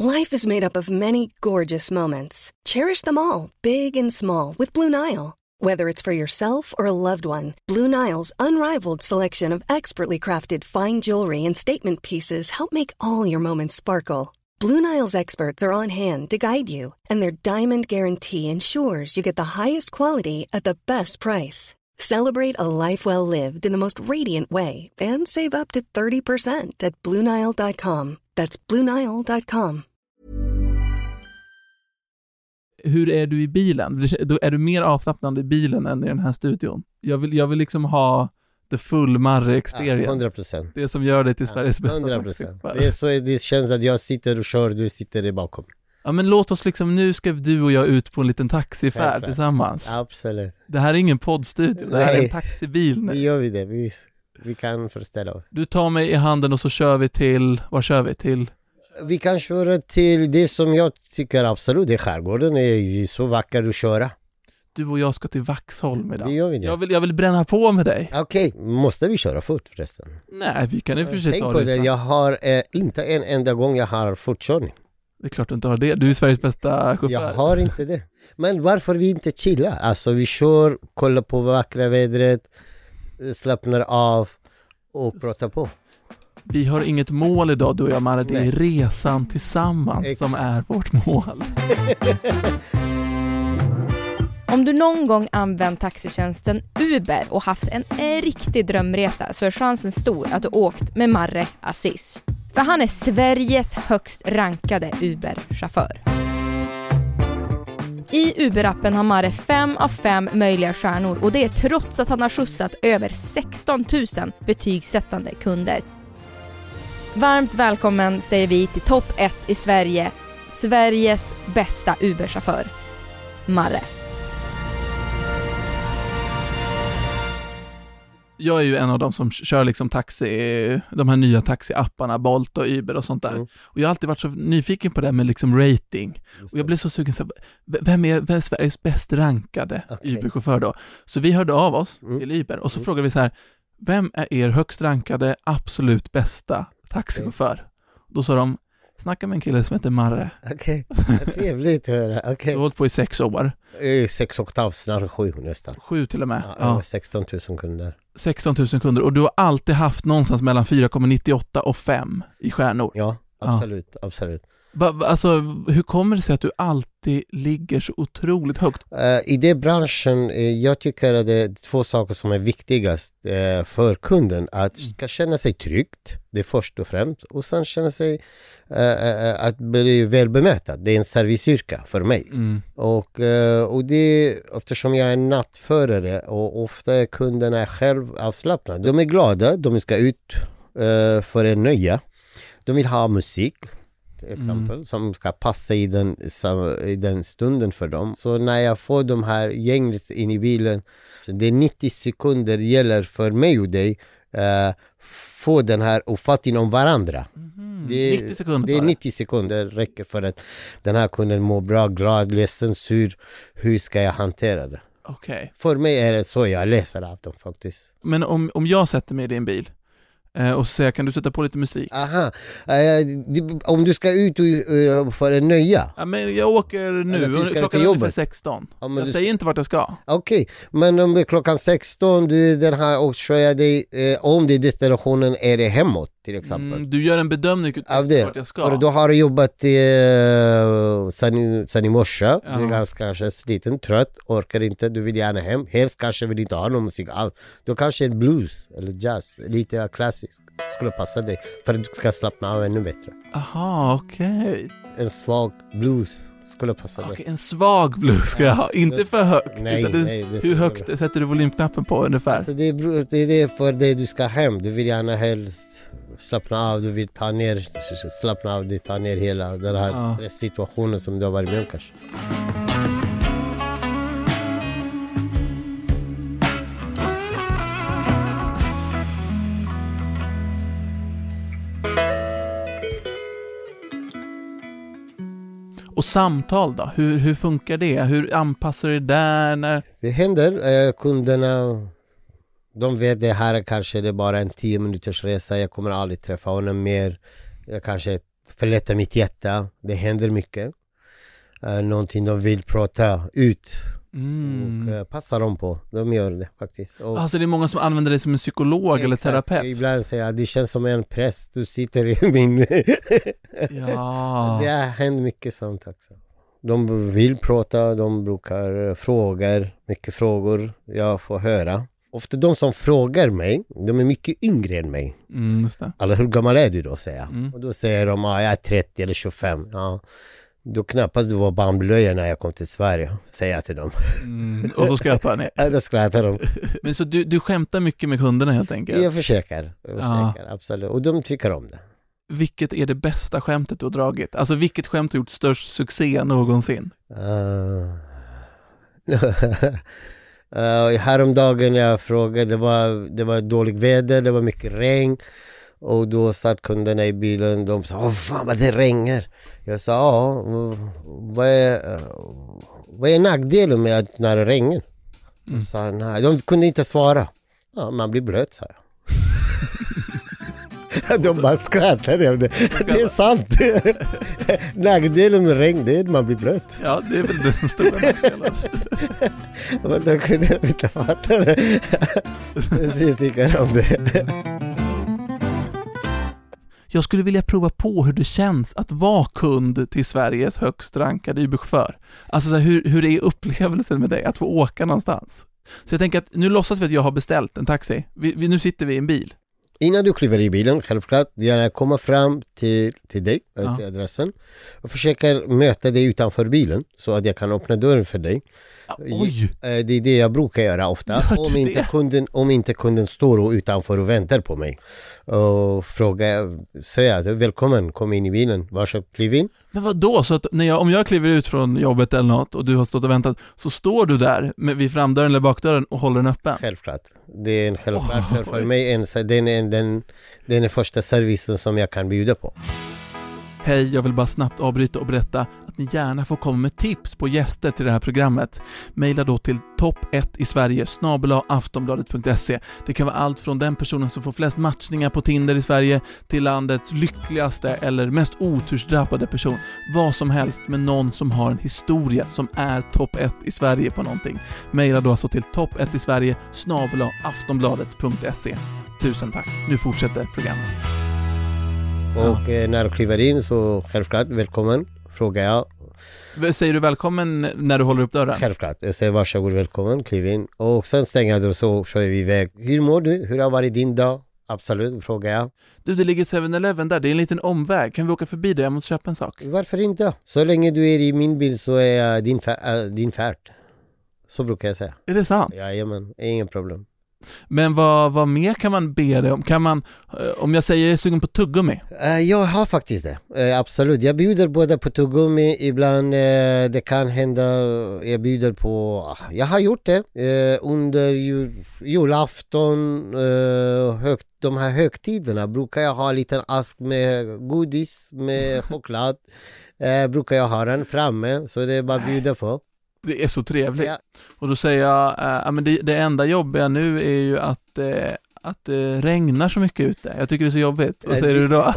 Life is made up of many gorgeous moments. Cherish them all, big and small, with Blue Nile. Whether it's for yourself or a loved one, Blue Nile's unrivaled selection of expertly crafted fine jewelry and statement pieces help make all your moments sparkle. Blue Nile's experts are on hand to guide you, and their diamond guarantee ensures you get the highest quality at the best price. Celebrate a life well lived in the most radiant way and save up to 30% at BlueNile.com. That's BlueNile.com. Hur är du i bilen? Är du mer avslappnad i bilen än i den här studion? Jag vill liksom ha the full Marre experience. 100%. Det som gör dig till Sveriges bästa. 100%. Det känns att jag sitter och kör, du sitter där bakom. Ja, men låt oss liksom, nu ska du och jag ut på en liten taxifärd tillsammans. Absolut. Det här är ingen poddstudio, det här är en taxibil nu. Det gör vi det, vi kan föreställa oss. Du tar mig i handen och så kör vi till, var kör vi till? Vi kan köra till det som jag tycker absolut är skärgården, är ju så vacker att köra. Du och jag ska till Vaxholm idag. Det gör vi det. Jag vill bränna på med dig. Okej, måste vi köra fort förresten? Nej, vi kan ju försöka ta det. Tänk på det, jag har inte en enda gång jag har fortkörning. Det är klart du inte har det. Du är Sveriges bästa chaufför. Jag har inte det. Men varför vi inte chillar? Alltså vi kör, kollar på vackra vädret, slappnar av och pratar på. Vi har inget mål idag, du och jag, Marre. Det är resan tillsammans som är vårt mål. Om du någon gång använt taxitjänsten Uber och haft en riktig drömresa så är chansen stor att du åkt med Marre Aziz. För han är Sveriges högst rankade Uber-chaufför. I Uber-appen har Marre 5 av 5 möjliga stjärnor och det är trots att han har skjutsat över 16 000 betygssättande kunder. Varmt välkommen säger vi till topp 1 i Sverige, Sveriges bästa Uber-chaufför, Marre. Jag är ju en av dem som kör liksom taxi, de här nya taxiapparna, Bolt och Uber och sånt där. Och jag har alltid varit så nyfiken på det med liksom rating. Och jag blev så sugen, så vem är Sveriges bäst rankade Uber-chaufför då? Så vi hörde av oss till Uber och så frågade vi så här, vem är er högst rankade, absolut bästa taxichaufför? Då sa de, snacka med en kille som heter Marre. Okej, trevligt att höra. Du har hållit på i 6 år. 6 oktav, snarare 7 nästan. 7 till och med. Ja. 16 000 kunder. 16 000 kunder. Och du har alltid haft någonstans mellan 4,98 och 5 i stjärnor. Ja, absolut. Absolut. Alltså, hur kommer det sig att du alltid ligger så otroligt högt? I den branschen, jag tycker att det är 2 saker som är viktigast för kunden. Att ska känna sig tryggt, det är först och främst. Och sen känna sig att bli väl bemötad. Det är en serviceyrka för mig. Och det, eftersom jag är nattförare och ofta är kunderna själv avslappnade. De är glada, de ska ut för en nöja. De vill ha musik. Exempel, som ska passa i den stunden för dem. Så när jag får de här gänget in i bilen, så det är 90 sekunder gäller för mig och dig få den här uppfattningen om varandra. 90 sekunder det är 90 sekunder räcker för att den här kunden mår bra, glad, ledsen, sur. Hur ska jag hantera det? För mig är det så jag läser av dem faktiskt. Men om jag sätter mig i din bil och så säger, kan du sätta på lite musik? Om du ska ut för en nöja. Ja, men jag åker nu, klockan är ungefär 16. Jag säger inte vart jag ska. Okej, men om det är klockan 16, du är den här och kör dig, om det är destinationen är det hemåt till exempel. Du gör en bedömning av det, vart jag ska. För då har du jobbat sen i morse. Du är ganska kanske sliten, trött, orkar inte, du vill gärna hem. Helst kanske vill inte ha någon musik alls. Då kanske en blues eller jazz, lite klassisk skulle passa dig för att du ska slappna av ännu bättre. Aha, okej. En svag blues skulle passa dig. En svag blues ska jag ha, inte för högt. Nej, hur högt sätter du volymknappen på ungefär? Alltså det är för det du ska hem. Du vill gärna helst slappna av, du vill ta ner, slappna av, du tar ner hela den här stresssituationen som du har varit med om kanske. Och samtal då? Hur funkar det? Hur anpassar du det där? När... Det händer. Kunderna, de vet det här kanske det är bara en 10 minuters resa. Jag kommer aldrig träffa honom mer. Jag kanske förlätta mitt hjärta. Det händer mycket. Någonting de vill prata ut. Och passar dem på. De gör det faktiskt. Och, alltså det är många som använder det som en psykolog eller terapeut. Ibland säger jag, det känns som en präst. Du sitter i min... Ja. Det har hänt mycket sånt också. De vill prata, de brukar fråga. Mycket frågor jag får höra. Ofta de som frågar mig, de är mycket yngre än mig. Just det. Eller hur gammal är du då, säger jag. Och då säger de, jag är 30 eller 25. Ja. Då knappast du var barnblöja när jag kom till Sverige, säger jag till dem. Och så skrattar ni. Ja, då skrattar de. Men så du skämtar mycket med kunderna helt enkelt? Jag försöker, absolut. Och de tycker om det. Vilket är det bästa skämtet du har dragit? Alltså vilket skämt har gjort störst succé någonsin? Häromdagen jag frågade, det var dåligt väder, det var mycket regn. Och då satt kunderna i bilen, de sa, fan vad det regnar. Jag sa, vad är nackdelen med att när det regnar? De sa, nej, de kunde inte svara. Ja, man blir blöt, sa jag. De bara skrattade av det. Det är sant. Nackdelen med regn, det är att man blir blöt. Ja, det är väl den stora nackdelen. Men då kunde jag inte fatta det. Precis tycker om det. Jag skulle vilja prova på hur det känns att vara kund till Sveriges högst rankade Uber-chaufför. Alltså så här, hur är upplevelsen med dig att få åka någonstans? Så jag tänker att nu låtsas vi att jag har beställt en taxi. Nu sitter vi i en bil. Innan du kliver i bilen, självklart, gärna komma fram till dig, till adressen. Och försöka möta dig utanför bilen så att jag kan öppna dörren för dig. Oj! Det är det jag brukar göra ofta. Om inte kunden står utanför och väntar på mig. Och säger att välkommen, kom in i bilen. Varsågod, kliv in. Men vad då? Så att om jag kliver ut från jobbet eller något och du har stått och väntat, så står du där vid framdörren eller bakdörren och håller den öppen? Självklart. Det är en självklart för mig. Den är första servicen som jag kan bjuda på. Hej, jag vill bara snabbt avbryta och berätta att ni gärna får komma med tips på gäster till det här programmet. Maila då till topp1isverige@aftonbladet.se. Det kan vara allt från den personen som får flest matchningar på Tinder i Sverige till landets lyckligaste eller mest otursdrabbade person. Vad som helst med någon som har en historia som är topp 1 i Sverige på någonting. Maila då alltså till topp1isverige@aftonbladet.se. Tusen tack. Nu fortsätter programmet. Och när du kliver in så självklart välkommen, frågar jag. Säger du välkommen när du håller upp dörren? Självklart, jag säger varsågod, välkommen, kliv in. Och sen stänger jag och så kör vi iväg. Hur mår du? Hur har varit din dag? Absolut, frågar jag. Du, det ligger 7-Eleven där, det är en liten omväg. Kan vi åka förbi det? Jag måste köpa en sak. Varför inte? Så länge du är i min bil så är jag din färd. Så brukar jag säga. Är det sant? Jajamän, ingen problem. Men vad mer kan man be dig om? Kan man, om jag säger jag är sugen på tuggummi? Jag har faktiskt det, absolut. Jag bjuder både på tuggummi, ibland det kan hända, jag bjuder på, jag har gjort det under julafton, de här högtiderna brukar jag ha en liten ask med godis, med choklad, brukar jag ha den framme, så det är bara att bjuda på. Det är så trevligt. Ja. Och då säger jag, men det enda jobbiga nu är ju att det regnar så mycket ute. Jag tycker det är så jobbigt. Vad säger du då?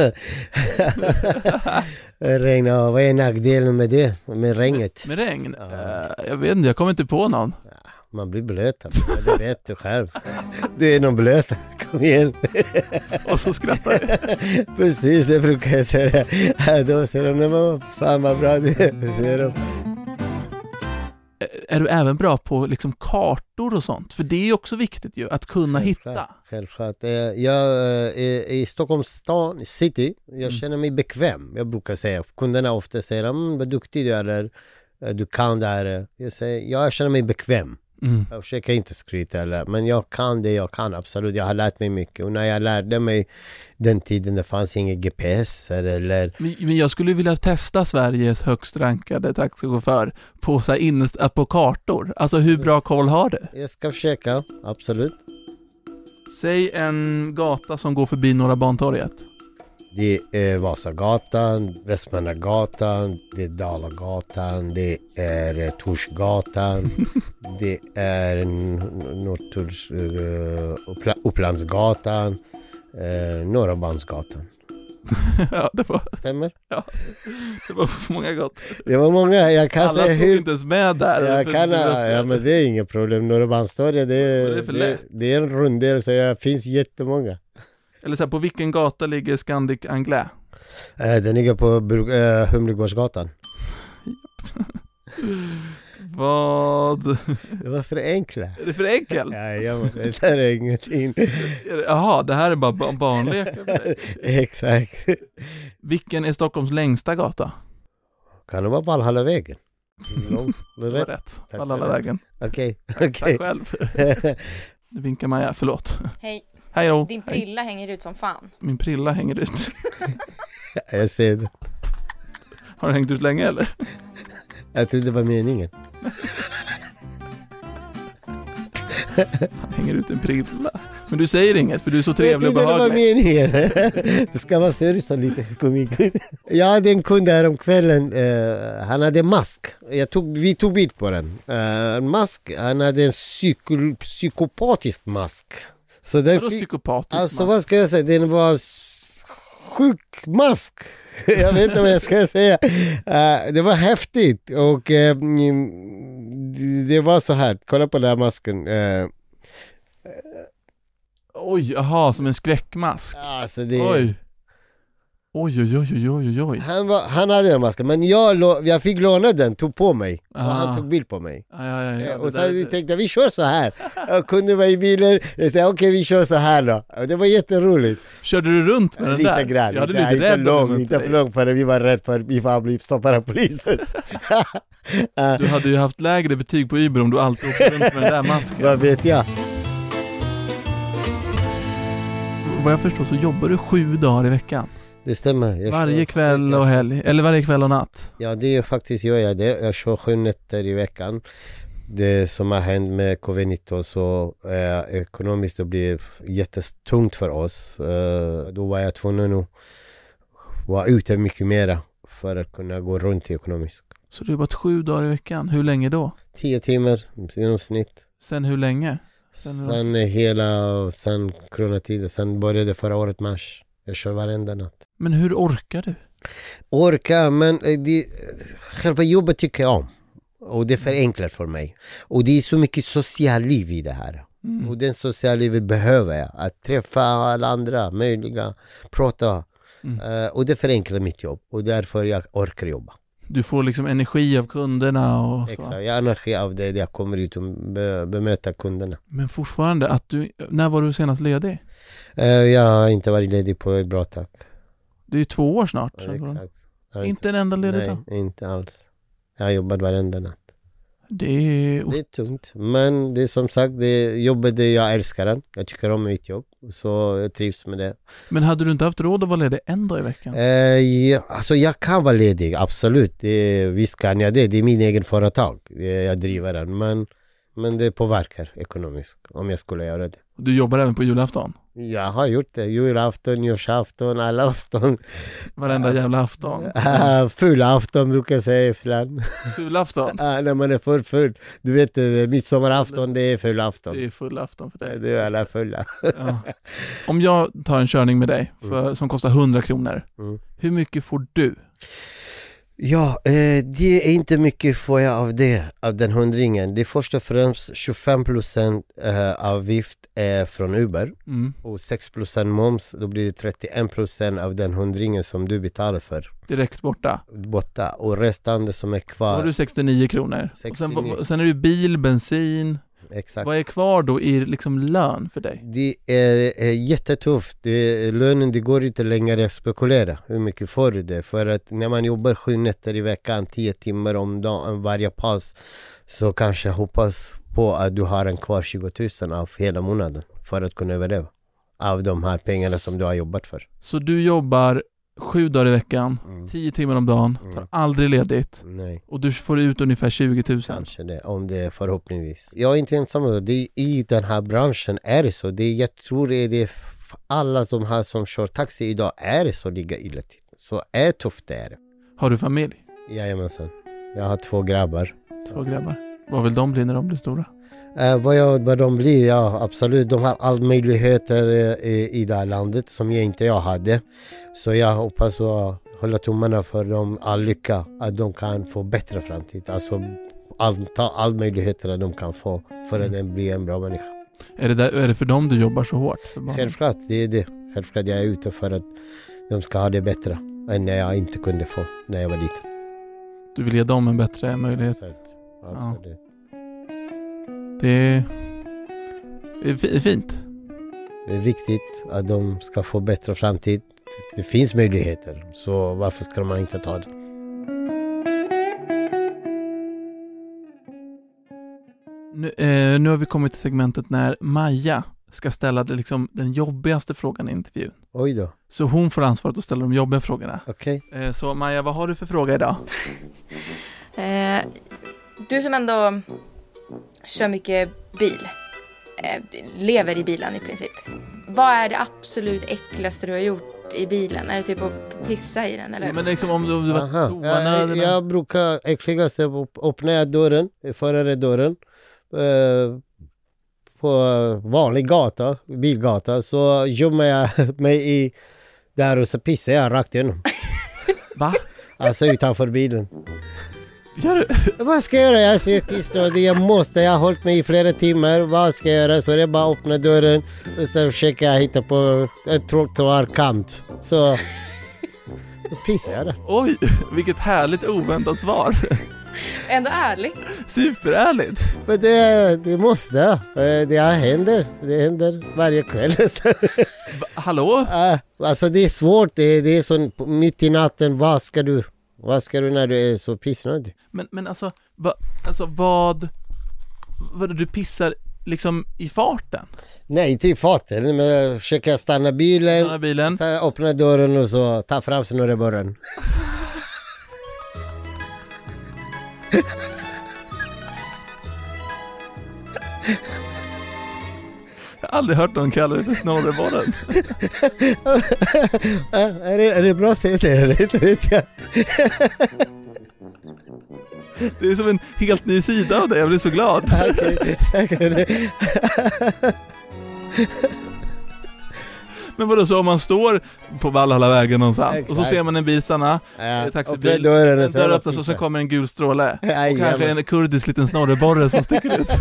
Regna, vad är nackdelen med det? Med regnet? Med regn? Jag vet inte, jag kommer inte på någon. Man blir blöt, det vet du själv. Du är någon blöt, kom igen. Och så skrattar jag. Precis, det brukar jag säga. Då säger de, fan vad bra det säger de. Är du även bra på liksom kartor och sånt? För det är ju också viktigt ju, att kunna hitta. Självklart. Jag är i Stockholms stan, city. Jag känner mig bekväm. Jag brukar säga, kunderna ofta säger, vad duktig du är där. Du kan det här. Jag säger, jag känner mig bekväm. Jag försöker inte skryta men jag kan det jag kan, absolut. Jag har lärt mig mycket och när jag lärde mig den tiden det fanns ingen GPS eller... Men jag skulle vilja testa Sveriges högst rankade taxichaufför på, på kartor. Alltså hur bra koll har du? Jag ska försöka, absolut. Säg en gata som går förbi Norra Bantorget. Det är Vasagatan, Västmannagatan, det är Dalagatan, det är Torsgatan, det är Upplandsgatan, Norra Bandsgatan. Ja, det var... Stämmer? Ja, det var för många gott. Det var många, jag kan Alla säga stod inte ens med där. Ja, men det är inget problem. Norrmalmstorg, det är för lätt. det är en runddel, så det finns jättemånga. Eller så här, på vilken gata ligger Scandic Anglais? Den ligger på Humlegårdsgatan. Vad? Det var för enkla. Är det för enkelt? Ja, det där är ingenting. Jaha, det här är bara barnlekar för dig. Exakt. Vilken är Stockholms längsta gata? Kan det vara Valhallavägen? Det var rätt. Valhallavägen. Okej. Tack själv. Nu vinkar Maja, förlåt. Hej. Hej då. Din prilla hänger ut som fan. Min prilla hänger ut. Jag ser det. Har den hängt ut länge eller? Jag trodde det var meningen. Han hänger ut en prilla. Men du säger inget för du är så trevlig och behaglig. Jag trodde det var meningen. Det ska vara seriöst och lite komik. Jag hade en kund här om kvällen. Han hade mask. Vi tog bild på den. Mask. Han hade en psykopatisk mask. Så den Vadå psykopatisk alltså mask? Vad ska jag säga? Den var sjuk mask. Jag vet inte vad jag ska säga. Det var häftigt. Och det var så här. Kolla på den här masken. Oj, jaha, som en skräckmask. Alltså det... Oj. Oj. Han hade den masken, men jag fick låna den, tog på mig. Och han tog bild på mig. Ja, och sen vi tänkte, vi kör så här. Jag kunde vara i bilen. Jag sa, okej, vi kör så här då. Och det var jätteroligt. Körde du runt med den där? Lite grann. Jag hade blivit rädd. Inte för långt, för vi var rädd för att vi får bli stoppade av polisen. Du hade ju haft lägre betyg på Uber om du alltid åkte runt med den där masken. Vad vet jag? Vad jag förstår så jobbar du 7 dagar i veckan. Det stämmer. Varje kväll och helg, eller varje kväll och natt. Ja, det är faktiskt gör jag det. Jag kör 7 nätter i veckan. Det som har hänt med covid-19 så ekonomiskt det blir jättetungt för oss. Då var jag tvungen att vara ute mycket mera för att kunna gå runt ekonomiskt. Så du har jobbat 7 dagar i veckan. Hur länge då? 10 timmar i genomsnitt. Sen hur länge? Sen coronatiden. Sen började förra året mars. Jag kör varenda natt. Men hur orkar du? Men själva jobbet tycker jag om. Och det förenklar för mig. Och det är så mycket socialt liv i det här. Och den sociala livet behöver jag. Att träffa alla andra möjliga, prata. Och det förenklar mitt jobb. Och därför jag orkar jobba. Du får liksom energi av kunderna och så. Exakt, jag har energi av det. Jag kommer ut och bemöta kunderna. Men fortfarande, när var du senast ledig? Jag har inte varit ledig på ett bra tag. Det är ju 2 år snart. Exakt. Inte en enda ledig dag? Nej, inte alls. Jag har jobbat varenda natt. Det är tungt. Men det är som sagt, jobbet det jag älskar. Jag tycker om mitt jobb. Så jag trivs med det. Men hade du inte haft råd att vara ledig en dag i veckan? Alltså jag kan vara ledig, absolut. Visst kan jag det. Det är min egen företag. Jag driver den. Men det påverkar ekonomiskt om jag skulle göra det. Du jobbar även på julafton? Jag har gjort det. Julafton, nyårsafton, alla afton. Varenda jävla afton. Fullafton brukar jag säga ibland. Fullafton? När man är för full. Du vet, midsommarafton, det är fullafton. Det är fullafton för dig. Det är alla fulla. Ja. Om jag tar en körning med dig som kostar 100 kronor. Hur mycket får du? Ja, det är inte mycket får jag av den 100-ringen. Det är först och främst 25% avgift från Uber och 6% moms, då blir det 31% av den 100-ringen som du betalar för. Direkt borta? Borta, och resten som är kvar. Då har du 69 kronor. 69. Och sen är det bil, bensin. Exakt. Vad är kvar då i liksom lön för dig? Det är jättetufft. Lönen, det går inte längre att spekulera. Hur mycket får du det? För att när man jobbar 7 nätter i veckan, 10 timmar om dagen, varje pass, så kanske hoppas på att du har en kvar 20 000 av hela månaden för att kunna överleva. Av de här pengarna som du har jobbat för. Så du jobbar 7 dagar i veckan, 10 timmar om dagen, tar aldrig ledigt. Nej. Och du får ut ungefär 20 000. Kanske det, om det förhoppningsvis. Jag är inte ensam. I den här branschen är det så. Jag tror det är alla de här som kör taxi idag är det så, ligga illa till. Så tufft det är det. Har du familj? Jajamensan. Jag har 2 grabbar. 2 grabbar. Vad vill de bli när de blir stora? Vad de blir, ja absolut. De har all möjligheter i det här landet som jag hade. Så jag hoppas att hålla tummarna för dem, all lycka. Att de kan få bättre framtid. Alltså ta all möjligheter de kan få för att den blir en bra människa. Är det för dem du jobbar så hårt? Självklart, det är det. Självklart jag är ute för att de ska ha det bättre än när jag inte kunde få när jag var liten. Du vill ge dem en bättre möjlighet? Absolut. Det är fint. Det är viktigt att de ska få bättre framtid. Det finns möjligheter, så varför ska man inte ta det? Nu har vi kommit till segmentet när Maja ska ställa den jobbigaste frågan i intervjun. Oj då. Så hon får ansvaret att ställa de jobbiga frågorna. Okej. Så Maja, vad har du för fråga idag? Du som ändå kör mycket bil, lever i bilen i princip. Vad är det absolut äckligaste du har gjort i bilen? Är det typ att pissa i den? Eller? Ja, men liksom om du var toanödig. Jag brukar äckligaste öppna dörren, förardörren på vanlig gata, bilgata, så gömmer jag mig i där och så pissar jag rakt igenom. Va? Alltså utanför bilen. Gör du? Vad ska jag göra? Jag är cyklist och jag har hållit mig i flera timmar. Vad ska jag göra? Så det är bara att öppna dörren och så försöker jag hitta på en trottoarkant. Så då pissar jag där. Oj, vilket härligt oväntat svar. Ändå ärligt. Superärligt. Men det måste. Det händer varje kväll. Hallå? Alltså det är svårt. Det är så mitt i natten. Vad ska du när du är så pissnödig? Men vad du pissar liksom i farten? Nej, inte i farten. Men jag försöker stanna bilen. Öppna dörren och så ta fram snurreborren. Jag har aldrig hört någon kalla det för snurreborren. Är det bra sätt det vet jag. Det är som en helt ny sida av det. Jag blir så glad. Okej. Men vadå, så om man står på Valhalla vägen någonstans. Exakt. Och så ser man en bil stanna, taxibil, dörr öppnas och så kommer en gul stråle. Och kanske en kurdisk liten snorreborre som sticker ut.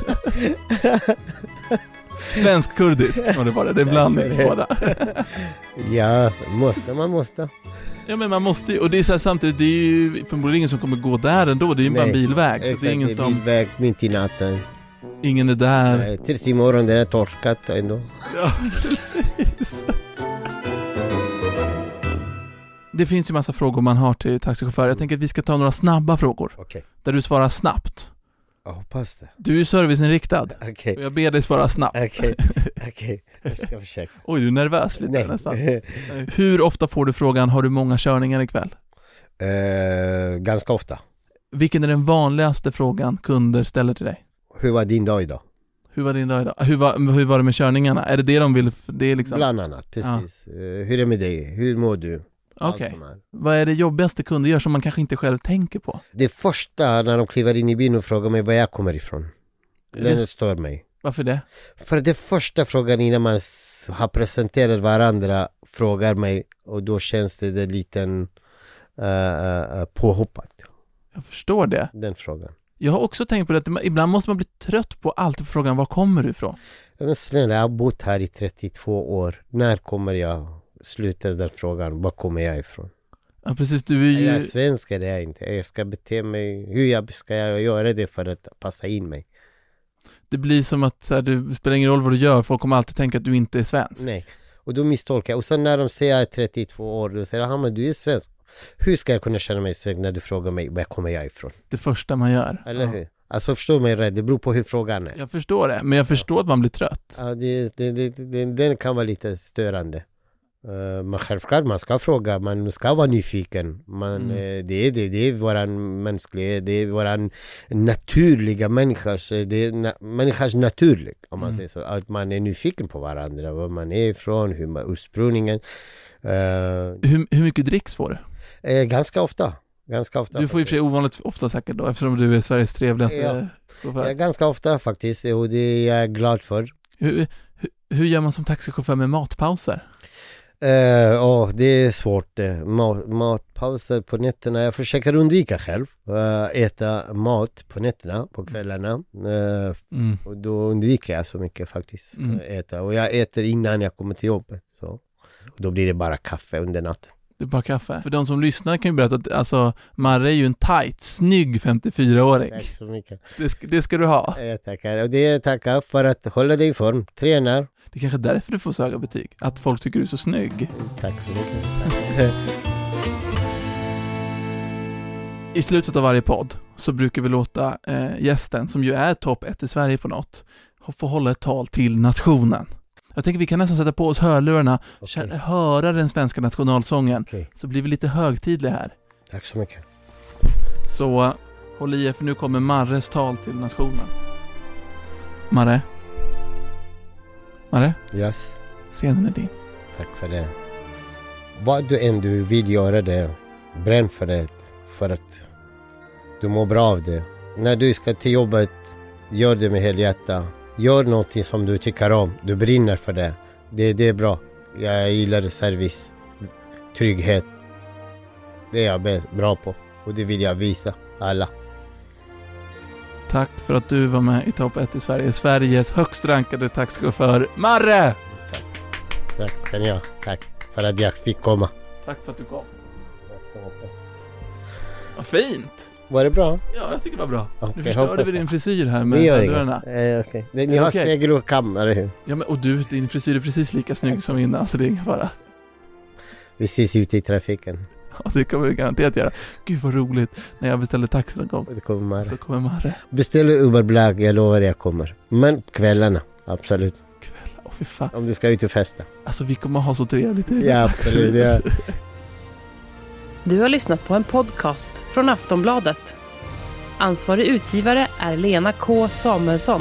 Svensk-kurdisk snorreborre, det är blandning båda. Ja, man måste. Ja, men man måste ju, och det är så här, samtidigt, det är ju förmodligen ingen som kommer gå där ändå. Det är ju bara en bilväg. Exakt, så det är ingen som... bilväg mitt i natten. Ingen är där. Nej, tills imorgon, den är torskat ändå. Ja, precis. Det finns ju massa frågor man har till taxichaufförer. Jag tänker att vi ska ta några snabba frågor. Okay. Där du svarar snabbt. Jag hoppas det. Du är serviceinriktad. Okay. Och jag ber dig svara snabbt. Okej. Jag ska försöka. Oj, du är nervös lite nästan. Hur ofta får du frågan, har du många körningar ikväll? Ganska ofta. Vilken är den vanligaste frågan kunder ställer till dig? Hur var din dag idag? Hur var det med körningarna? Är det de vill? Det är liksom... Bland annat, precis. Ja. Hur är det med dig? Hur mår du? Okej. Vad är det jobbigaste kunder gör som man kanske inte själv tänker på? Det första när de kliver in i bilen och frågar mig var jag kommer ifrån. Den stör mig. Varför det? För det första frågan innan man har presenterat varandra frågar mig, och då känns det lite påhoppat. Jag förstår det. Den frågan. Jag har också tänkt på det att ibland måste man bli trött på alltid frågan, var kommer du ifrån? Men snälla, jag har bott här i 32 år. När kommer jag sluta den frågan? Var kommer jag ifrån? Ja, precis. Du är ju... Jag är svensk, det är jag inte. Jag ska bete mig. Hur ska jag göra det för att passa in mig? Det blir som att så här, det spelar ingen roll vad du gör. Folk kommer alltid tänka att du inte är svensk. Nej. Och då misstolkar jag. Och sen när de säger jag är 32 år, då säger jag, men du är svensk. Hur ska jag kunna känna mig svensk när du frågar mig var kommer jag ifrån? Det första man gör. Eller hur? Alltså förstår mig rätt, det beror på hur frågan är. Jag förstår det, men jag förstår att man blir trött. Ja, den kan vara lite störande. Men självklart man ska fråga, man ska vara nyfiken. Det är våran mänsklighet, det är våran naturliga människans naturlig, om man säger så. Att man är nyfiken på varandra, var man är ifrån, hur ursprungen. Hur mycket dricks får du? Ganska ofta. ganska ofta. Du får ju för sig ovanligt ofta säkert då, eftersom du är Sveriges trevligaste chaufför. Ja, ganska ofta faktiskt, och det är jag glad för. Hur gör man som taxichaufför med matpauser? Det är svårt. Matpauser på nätterna. Jag försöker undvika själv. Äta mat på nätterna, på kvällarna. Och då undviker jag så mycket faktiskt. Äta. Och jag äter innan jag kommer till jobbet. Så. Och då blir det bara kaffe under natten. Det är bara kaffe. För de som lyssnar kan ju berätta att alltså, Marre är ju en tight, snygg 54-åring. Tack så mycket. Det ska du ha. Jag tackar. Och det tackar för att hålla dig i form. Tränar. Det är kanske därför du får så höga betyg. Att folk tycker du är så snygg. Tack så mycket. I slutet av varje podd så brukar vi låta gästen, som ju är topp 1 i Sverige på något, få hålla ett tal till nationen. Jag tänker vi kan nästan sätta på oss hörlurarna, höra den svenska nationalsången, så blir vi lite högtidliga här. Tack så mycket. Så håll i er, för nu kommer Marres tal till nationen. Marre? Yes. Scenen är din. Tack för det. Vad du än du vill göra det, bränn för det, för att du mår bra av det. När du ska till jobbet, gör det med helhjärta. Gör någonting som du tycker om. Du brinner för det. Det är bra. Jag gillar service, trygghet. Det är jag bra på. Och det vill jag visa alla. Tack för att du var med i topp 1 i Sverige. Sveriges högst rankade taxichaufför, Marre! Tack kan jag. Tack för att jag fick komma. Tack för att du kom. Tack så mycket. Vad fint! Var det bra? Ja, jag tycker det var bra. Okay, nu förstörde vi din frisyr här med hörlurarna. Ni har spegel och kam, eller hur? Ja, men, och din frisyr är precis lika snygg som innan, så det är ingen fara. Vi ses ute i trafiken. Ja, det kommer vi garanterat göra. Gud vad roligt. När jag beställer taxi någon gång. Det kommer Marre. Så kommer Marre. Beställer Uber Black, jag lovar jag kommer. Men kvällarna, absolut. Kvällar, fy fan. Om du ska ut och festa. Alltså vi kommer ha så trevligt. Ja, absolut. Ja. Du har lyssnat på en podcast från Aftonbladet. Ansvarig utgivare är Lena K. Samuelsson.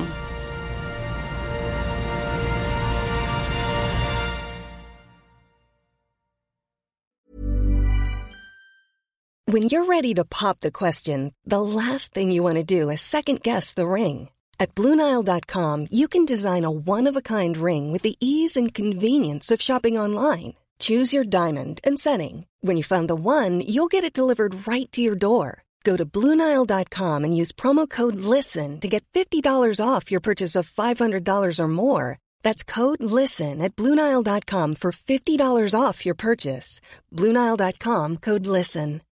When you're ready to pop the question, the last thing you want to do is second-guess the ring. At BlueNile.com, you can design a one-of-a-kind ring with the ease and convenience of shopping online. Choose your diamond and setting. When you find the one, you'll get it delivered right to your door. Go to BlueNile.com and use promo code LISTEN to get $50 off your purchase of $500 or more. That's code LISTEN at BlueNile.com for $50 off your purchase. BlueNile.com, code LISTEN.